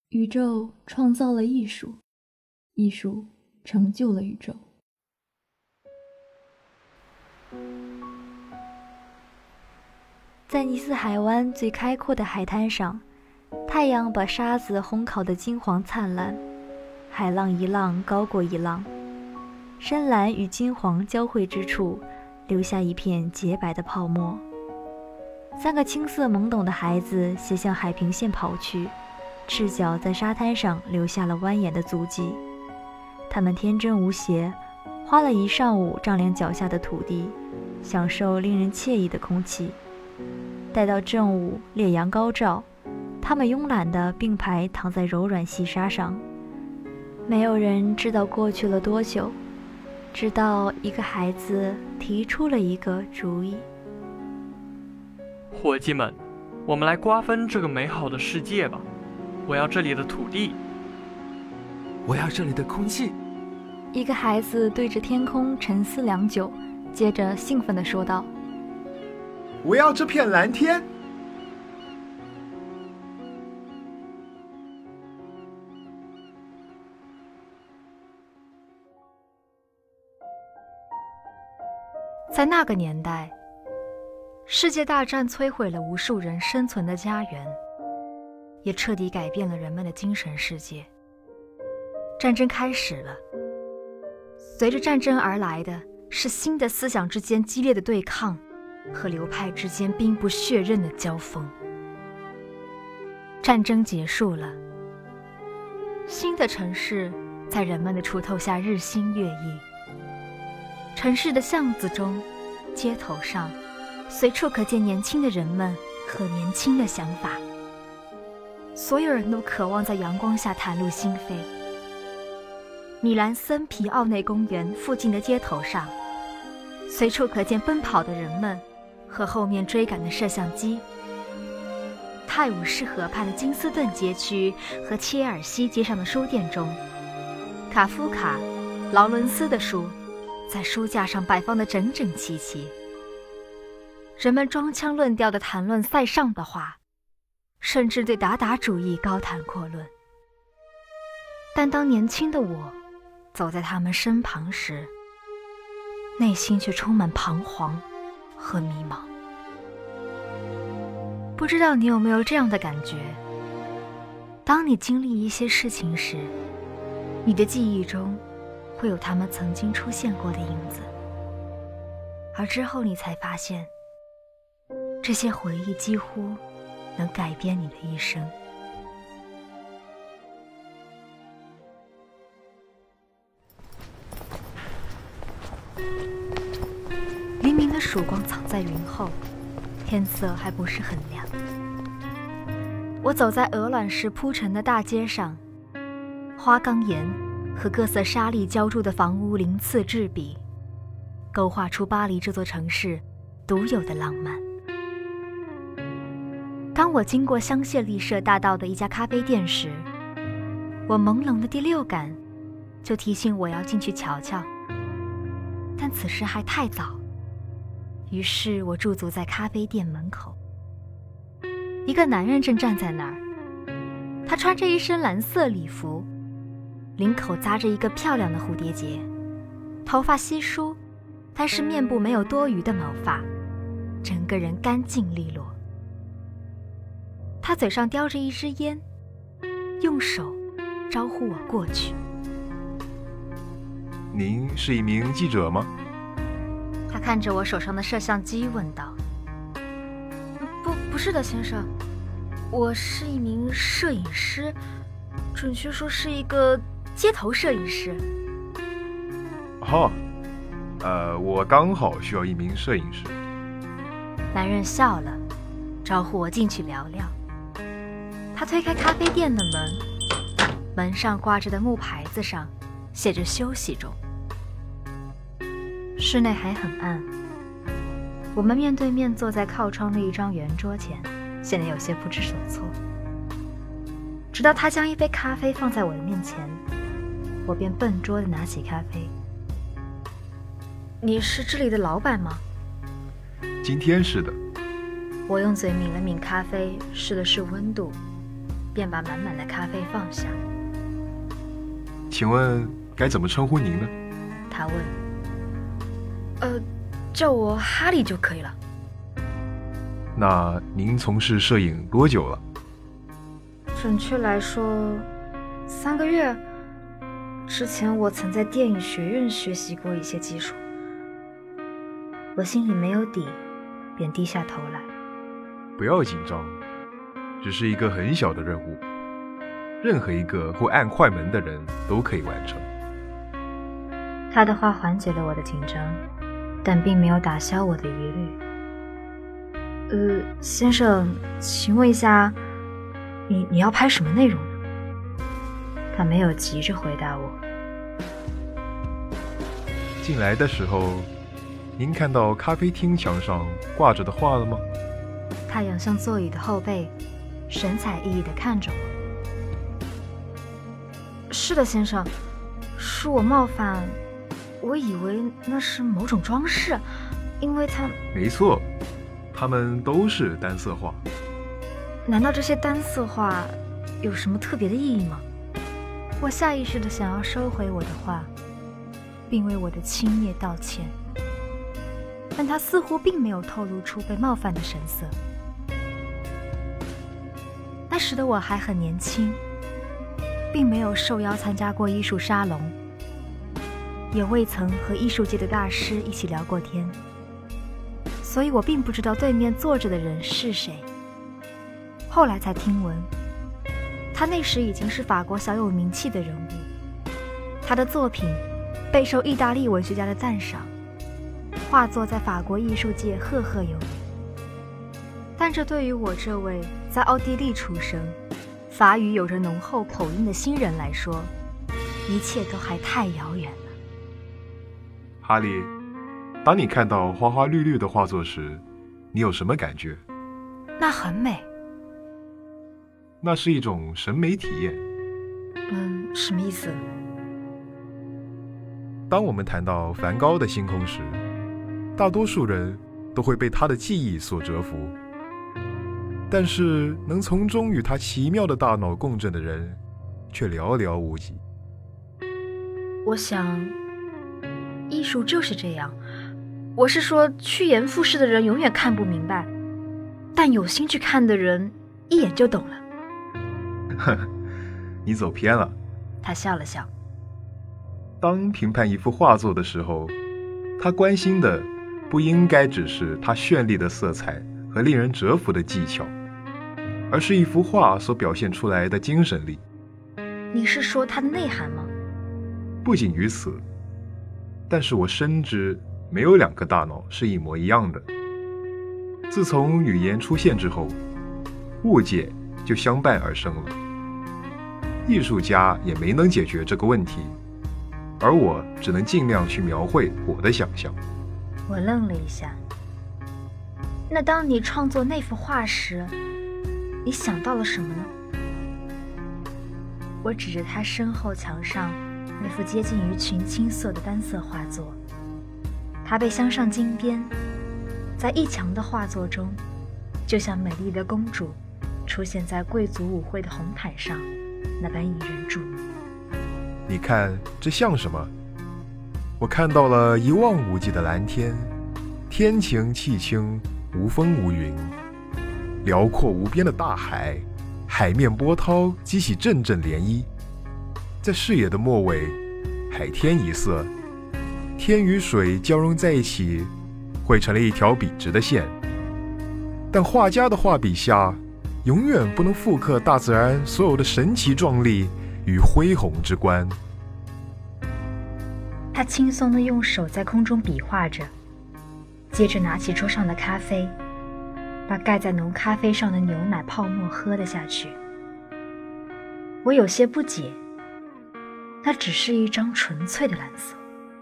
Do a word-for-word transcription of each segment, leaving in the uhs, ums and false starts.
宇宙创造了艺术，艺术成就了宇宙。 在尼斯海湾最开阔的海滩上，太阳把沙子烘烤得金黄灿烂，海浪一浪高过一浪，深蓝与金黄交汇之处，留下一片洁白的泡沫。三个青涩懵懂的孩子斜向海平线跑去，赤脚在沙滩上留下了蜿蜒的足迹。他们天真无邪，花了一上午丈量脚下的土地，享受令人惬意的空气。待到正午，烈阳高照，他们慵懒地并排躺在柔软细沙上。没有人知道过去了多久，直到一个孩子提出了一个主意。 伙计们，我们来瓜分这个美好的世界吧！我要这里的土地， 我要这里的空气。 一个孩子对着天空沉思良久，接着兴奋地说道： 我要这片蓝天。 在那个年代，世界大战摧毁了无数人生存的家园，也彻底改变了人们的精神世界。战争开始了，随着战争而来的是新的思想之间激烈的对抗和流派之间兵不血刃的交锋。战争结束了，新的城市在人们的锄头下日新月异。城市的巷子中、街头上，随处可见年轻的人们和年轻的想法。所有人都渴望在阳光下袒露心扉。米兰森皮奥内公园附近的街头上，随处可见奔跑的人们和后面追赶的摄像机。泰晤士河畔的金斯顿街区和切尔西街上的书店中，卡夫卡、劳伦斯的书在书架上摆放得整整齐齐。人们装腔论调地谈论塞尚的话，甚至对达达主义高谈阔论。但当年轻的我走在他们身旁时，内心却充满彷徨和迷茫。不知道你有没有这样的感觉，当你经历一些事情时，你的记忆中会有他们曾经出现过的影子，而之后你才发现，这些回忆几乎能改变你的一生。黎明的曙光藏在云后，天色还不是很亮。我走在鹅卵石铺成的大街上，花岗岩和各色沙砾浇筑的房屋鳞次栉比，勾画出巴黎这座城市独有的浪漫。当我经过香榭丽舍大道的一家咖啡店时，我朦胧的第六感就提醒我要进去瞧瞧，但此时还太早，于是我驻足在咖啡店门口。一个男人正站在那儿，他穿着一身蓝色礼服，领口扎着一个漂亮的蝴蝶结，头发稀疏，但是面部没有多余的毛发，整个人干净利落。他嘴上叼着一支烟，用手招呼我过去。 您是一名记者吗？ 他看着我手上的摄像机问道。不，不是的，先生，我是一名摄影师，准确说是一个街头摄影师。 哦，呃，我刚好需要一名摄影师。 男人笑了，招呼我进去聊聊。他推开咖啡店的门，门上挂着的木牌子上写着休息中。室内还很暗，我们面对面坐在靠窗的一张圆桌前，显得有些不知所措。直到他将一杯咖啡放在我的面前，我便笨拙地拿起咖啡。你是这里的老板吗？ 今天是的。 我用嘴抿了抿咖啡，试了试温度， 便把满满的咖啡放下。 请问该怎么称呼您呢？ 他问。呃，叫我哈利就可以了。 那您从事摄影多久了？ 准确来说，三个月。之前我曾在电影学院学习过一些技术。我心里没有底，便低下头来。 不要紧张，只是一个很小的任务，任何一个会按快门的人都可以完成。 他的话缓解了我的紧张，但并没有打消我的疑虑。呃，先生，请问一下，你你要拍什么内容呢？他没有急着回答我。 进来的时候，您看到咖啡厅墙上挂着的画了吗？ 他仰向座椅的后背，神采奕奕地看着我。是的，先生，恕我冒犯，我以为那是某种装饰，因为它…… 没错，它们都是单色画。 难道这些单色画有什么特别的意义吗？我下意识地想要收回我的话，并为我的轻蔑道歉，但他似乎并没有透露出被冒犯的神色。那时的我还很年轻，并没有受邀参加过艺术沙龙，也未曾和艺术界的大师一起聊过天，所以我并不知道对面坐着的人是谁。后来才听闻，他那时已经是法国小有名气的人物，他的作品备受意大利文学家的赞赏，画作在法国艺术界赫赫有名。但这对于我这位在奥地利出生、法语有着浓厚口音的新人来说，一切都还太遥远了。 哈利，当你看到花花绿绿的画作时，你有什么感觉？ 那很美。 那是一种审美体验。 嗯，什么意思？ 当我们谈到梵高的星空时，大多数人都会被他的技艺所折服，但是能从中与他奇妙的大脑共振的人却寥寥无几。 我想艺术就是这样，我是说趋炎附势的人永远看不明白，但有心去看的人一眼就懂了。 呵，你走偏了。 他笑了笑。 当评判一幅画作的时候，他关心的不应该只是它绚丽的色彩和令人折服的技巧，而是一幅画所表现出来的精神力。 你是说它的内涵吗？ 不仅于此，但是我深知没有两个大脑是一模一样的。自从语言出现之后，误解就相伴而生了。艺术家也没能解决这个问题，而我只能尽量去描绘我的想象。 我愣了一下。那当你创作那幅画时，你想到了什么呢？我指着他身后墙上那幅接近于群青色的单色画作，它被镶上金边，在一墙的画作中，就像美丽的公主出现在贵族舞会的红毯上那般引人注目。 你看这像什么？我看到了一望无际的蓝天，天晴气清，无风无云，辽阔无边的大海，海面波涛激起阵阵涟漪，在视野的末尾，海天一色，天与水交融在一起，汇成了一条笔直的线。但画家的画笔下，永远不能复刻大自然所有的神奇壮丽与恢宏之观。 他轻松地用手在空中比划着，接着拿起桌上的咖啡，把盖在浓咖啡上的牛奶泡沫喝了下去。我有些不解，那只是一张纯粹的蓝色。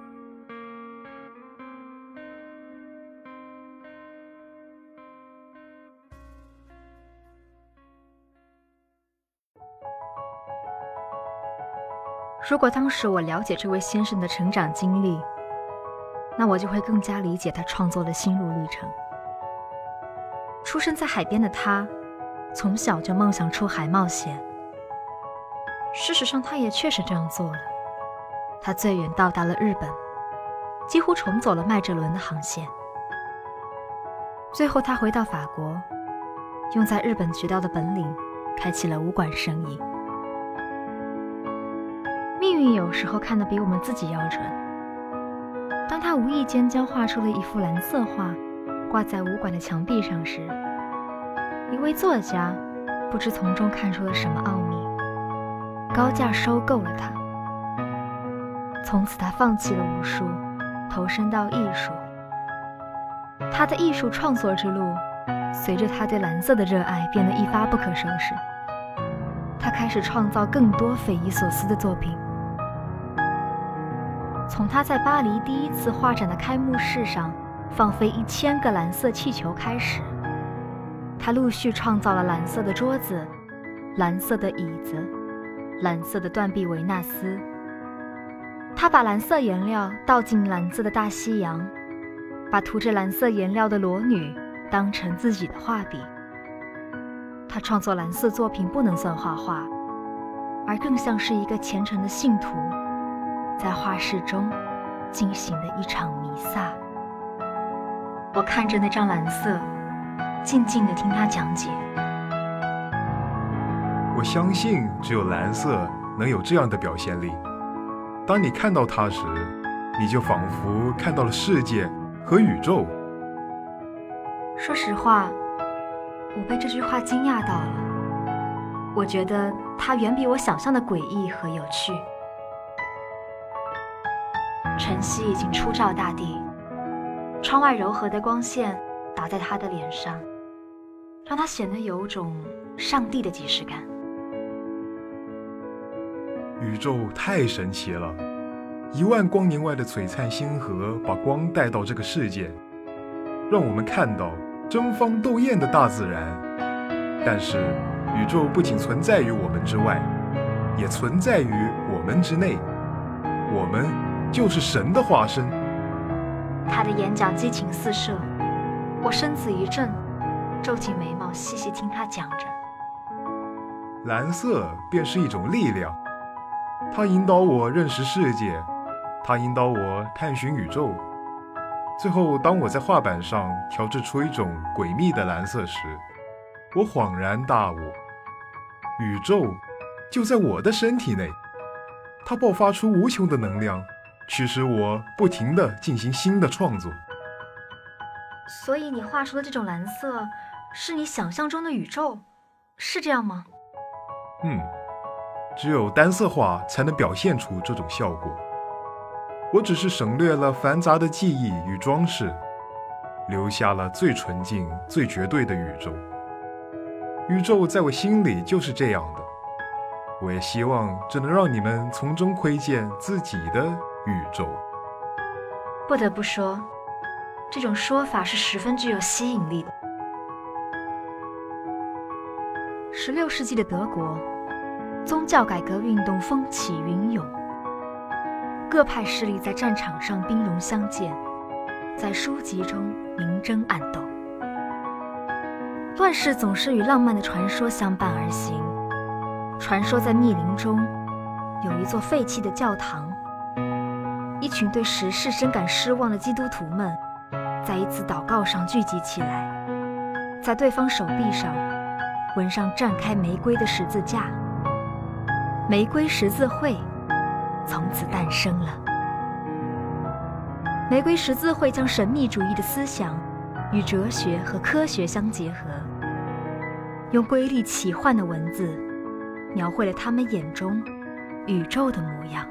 如果当时我了解这位先生的成长经历，那我就会更加理解他创作的心路历程。出生在海边的他，从小就梦想出海冒险， 事实上，他也确实这样做了。他最远到达了日本，几乎重走了麦哲伦的航线。最后，他回到法国，用在日本学到的本领，开启了武馆生意。命运有时候看得比我们自己要准。当他无意间将画出了一幅蓝色画，挂在武馆的墙壁上时，一位作家不知从中看出了什么奥秘，高价收购了他。从此他放弃了武术，投身到艺术。他的艺术创作之路随着他对蓝色的热爱变得一发不可收拾。他开始创造更多匪夷所思的作品。从他在巴黎第一次画展的开幕式上放飞一千个蓝色气球开始，他陆续创造了蓝色的桌子、蓝色的椅子、蓝色的断臂维纳斯。他把蓝色颜料倒进蓝色的大西洋，把涂着蓝色颜料的裸女当成自己的画笔。他创作蓝色作品不能算画画，而更像是一个虔诚的信徒在画室中进行的一场弥撒。我看着那张蓝色，静静地听他讲解。 我相信只有蓝色能有这样的表现力。当你看到它时，你就仿佛看到了世界和宇宙。 说实话，我被这句话惊讶到了。我觉得它远比我想象的诡异和有趣。晨曦已经初照大地，窗外柔和的光线打在他的脸上，让他显得有种上帝的即视感。 宇宙太神奇了，一万光年外的璀璨星河把光带到这个世界，让我们看到争芳斗艳的大自然。但是宇宙不仅存在于我们之外，也存在于我们之内。我们就是神的化身。 他的演讲激情四射，我身子一震，皱起眉毛细细听他讲着。 蓝色便是一种力量，它引导我认识世界，它引导我探寻宇宙。最后，当我在画板上调制出一种诡秘的蓝色时，我恍然大悟，宇宙就在我的身体内，它爆发出无穷的能量，驱使我不停地进行新的创作。 所以你画出的这种蓝色是你想象中的宇宙，是这样吗？ 嗯，只有单色画才能表现出这种效果。我只是省略了繁杂的记忆与装饰，留下了最纯净、最绝对的宇宙。宇宙在我心里就是这样的，我也希望这能让你们从中窥见自己的宇宙。 不得不说，这种说法是十分具有吸引力的。十六世纪的德国，宗教改革运动风起云涌，各派势力在战场上兵戎相见，在书籍中明争暗斗。乱世总是与浪漫的传说相伴而行。传说在密林中有一座废弃的教堂，一群对时事深感失望的基督徒们在一次祷告上聚集起来，在对方手臂上纹上绽开玫瑰的十字架，玫瑰十字会从此诞生了。玫瑰十字会将神秘主义的思想与哲学和科学相结合，用瑰丽奇幻的文字描绘了他们眼中宇宙的模样。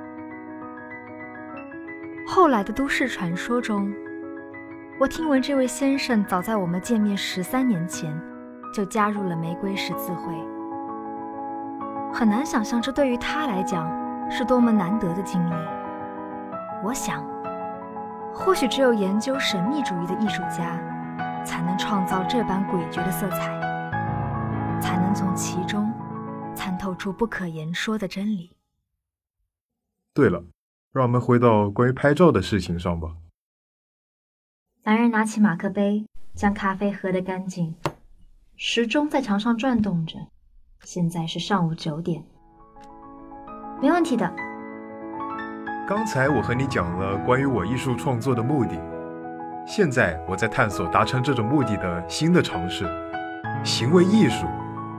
后来的都市传说中，我听闻这位先生早在我们见面十三年前就加入了玫瑰十字会。很难想象这对于他来讲是多么难得的经历。我想，或许只有研究神秘主义的艺术家才能创造这般诡谲的色彩，才能从其中参透出不可言说的真理。 对了，让我们回到关于拍照的事情上吧。 男人拿起马克杯，将咖啡喝得干净。时钟在墙上转动着，现在是上午九点。 没问题的。 刚才我和你讲了关于我艺术创作的目的，现在我在探索达成这种目的的新的尝试——行为艺术。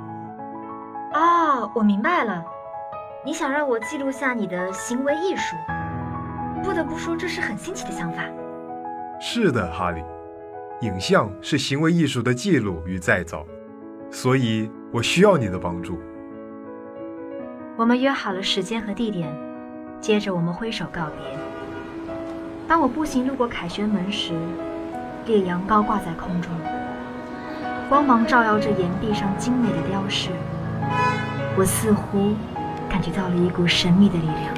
哦，我明白了，你想让我记录下你的行为艺术。不得不说，这是很新奇的想法。 是的，哈利，影像是行为艺术的记录与再造，所以我需要你的帮助。 我们约好了时间和地点，接着我们挥手告别。当我步行路过凯旋门时，烈阳高挂在空中，光芒照耀着岩壁上精美的雕饰，我似乎感觉到了一股神秘的力量。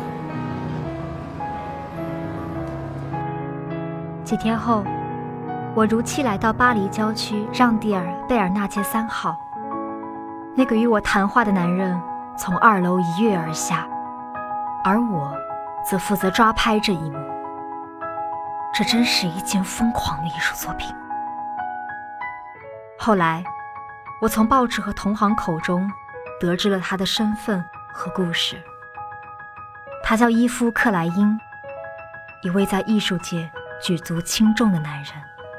几天后，我如期来到巴黎郊区让迪尔贝尔纳街三号。那个与我谈话的男人从二楼一跃而下，而我则负责抓拍这一幕。这真是一件疯狂的艺术作品。后来，我从报纸和同行口中得知了他的身份和故事。他叫伊夫·克莱因，一位在艺术界举足轻重的男人。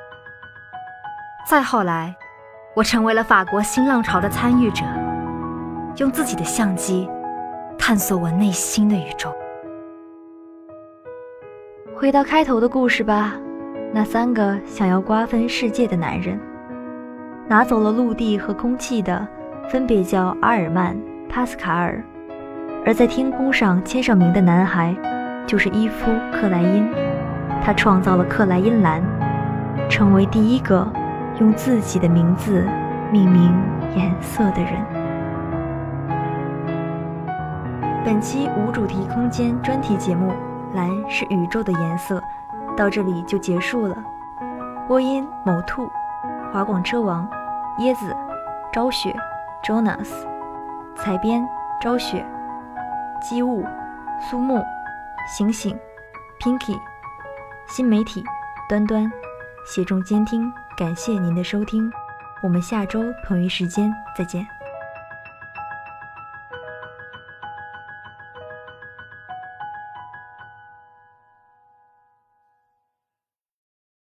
再后来，我成为了法国新浪潮的参与者，用自己的相机探索我内心的宇宙。 回到开头的故事吧，那三个想要瓜分世界的男人，拿走了陆地和空气的分别叫阿尔曼、帕斯卡尔，而在天空上签上名的男孩就是伊夫·克莱因。他创造了克莱因蓝，成为第一个用自己的名字命名颜色的人。本期无主题空间专题节目蓝是宇宙的颜色到这里就结束了。播音某兔、华广车王、椰子、朝雪、Jonas， 采编朝雪、机务、苏木、醒醒、Pinky，新媒体端端，协众监听，感谢您的收听，我们下周同一时间再见。